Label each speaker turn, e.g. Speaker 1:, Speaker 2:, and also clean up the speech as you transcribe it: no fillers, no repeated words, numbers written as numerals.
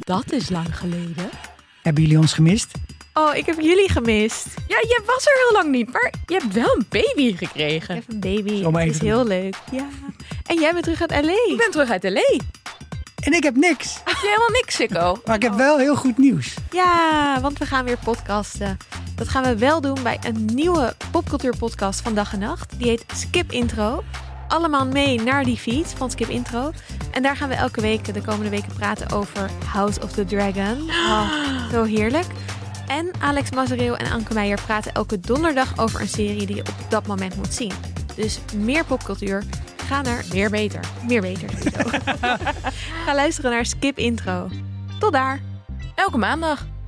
Speaker 1: Dat is lang geleden.
Speaker 2: Hebben jullie ons gemist?
Speaker 1: Oh, ik heb jullie gemist. Ja, je was er heel lang niet, maar je hebt wel een baby gekregen. Ik heb een baby,
Speaker 2: Zomaar
Speaker 1: het is heel leuk. Ja. En jij bent terug uit L.A.
Speaker 3: Ik ben terug uit L.A.
Speaker 2: En ik heb niks.
Speaker 3: Heb je helemaal niks, Sikko?
Speaker 2: Maar ik heb wel heel goed nieuws.
Speaker 1: Ja, want we gaan weer podcasten. Dat gaan we wel doen bij een nieuwe popcultuurpodcast van Dag en Nacht. Die heet Skip Intro. Allemaal mee naar die feed van Skip Intro. En daar gaan we elke week de komende weken praten over House of the Dragon. Oh, zo heerlijk. En Alex Mazereel en Anke Meijer praten elke donderdag over een serie die je op dat moment moet zien. Dus meer popcultuur. Ga naar
Speaker 3: Meer beter.
Speaker 1: Meer beter. Ga luisteren naar Skip Intro. Tot daar.
Speaker 3: Elke maandag.